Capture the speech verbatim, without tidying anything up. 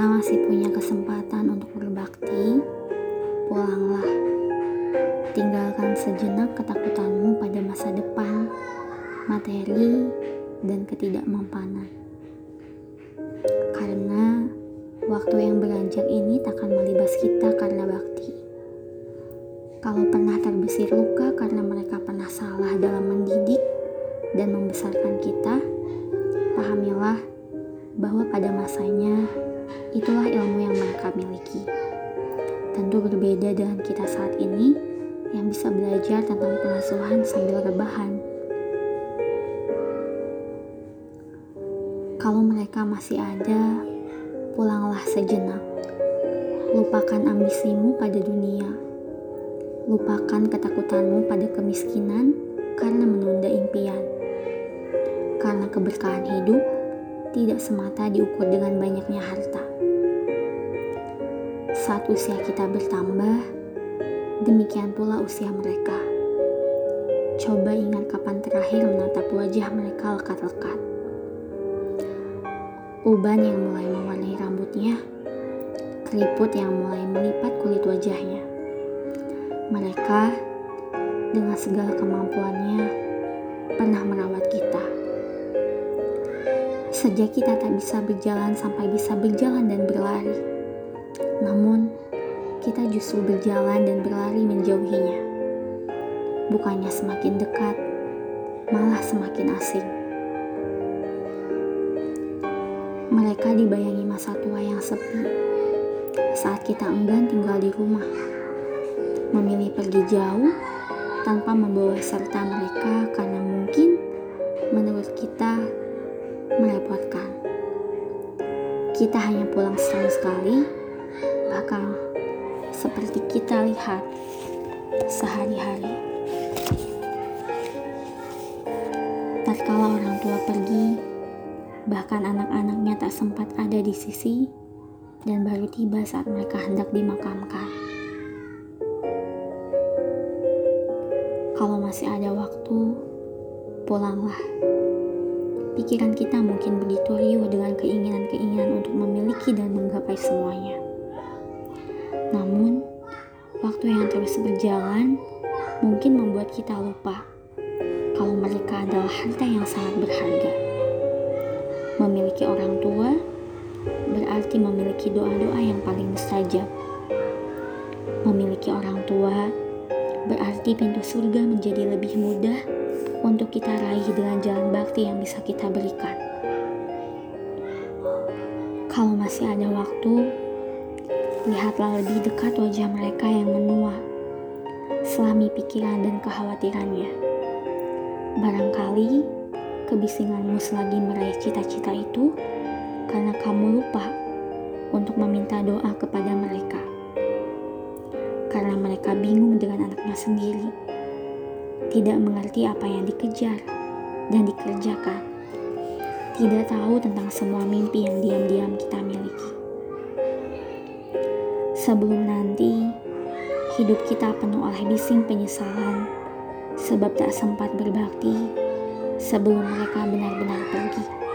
Jika masih punya kesempatan untuk berbakti, pulanglah. Tinggalkan sejenak ketakutanmu pada masa depan, materi, dan ketidakmampanan. Karena waktu yang beranjak ini takkan melibas kita karena bakti. Kalau pernah terbesit luka karena mereka pernah salah dalam mendidik dan membesarkan kita, pahamilah bahwa pada masanya itulah ilmu yang mereka miliki. Tentu berbeda dengan kita saat ini yang bisa belajar tentang pengasuhan sambil rebahan. Kalau mereka masih ada, pulanglah sejenak. Lupakan ambisimu pada dunia. Lupakan ketakutanmu pada kemiskinan karena menunda impian. Karena keberkahan hidup tidak semata diukur dengan banyaknya harta. Saat usia kita bertambah, demikian pula usia mereka. Coba ingat kapan terakhir menatap wajah mereka lekat-lekat. Uban yang mulai mewarnai rambutnya, keriput yang mulai melipat kulit wajahnya. Mereka, dengan segala kemampuannya, pernah merawat kita. Sejak kita tak bisa berjalan sampai bisa berjalan dan berlari. Namun, kita justru berjalan dan berlari menjauhinya. Bukannya semakin dekat, malah semakin asing. Mereka dibayangi masa tua yang sepi, saat kita enggan tinggal di rumah. Memilih pergi jauh, tanpa membawa serta mereka karena mungkin menurut kita merepotkan. Kita hanya pulang setahun sekali, bahkan seperti kita lihat sehari-hari. Tatkala orang tua pergi, bahkan anak-anaknya tak sempat ada di sisi dan baru tiba saat mereka hendak dimakamkan. Kalau masih ada waktu, pulanglah. Pikiran kita mungkin begitu riuh dengan keinginan-keinginan untuk memiliki dan menggapai semuanya. Namun, waktu yang terus berjalan mungkin membuat kita lupa kalau mereka adalah harta yang sangat berharga. Memiliki orang tua berarti memiliki doa-doa yang paling mustajab. Memiliki orang tua berarti pintu surga menjadi lebih mudah untuk kita raih dengan jalan bakti yang bisa kita berikan. Kalau masih ada waktu, lihatlah lebih dekat wajah mereka yang menua, selami pikiran dan kekhawatirannya. Barangkali kebisinganmu selagi meraih cita-cita itu karena kamu lupa untuk meminta doa kepada mereka. Karena mereka bingung dengan anaknya sendiri, tidak mengerti apa yang dikejar dan dikerjakan, tidak tahu tentang semua mimpi yang diam-diam kita miliki. Sebelum nanti, hidup kita penuh oleh bising penyesalan, sebab tak sempat berbakti sebelum mereka benar-benar pergi.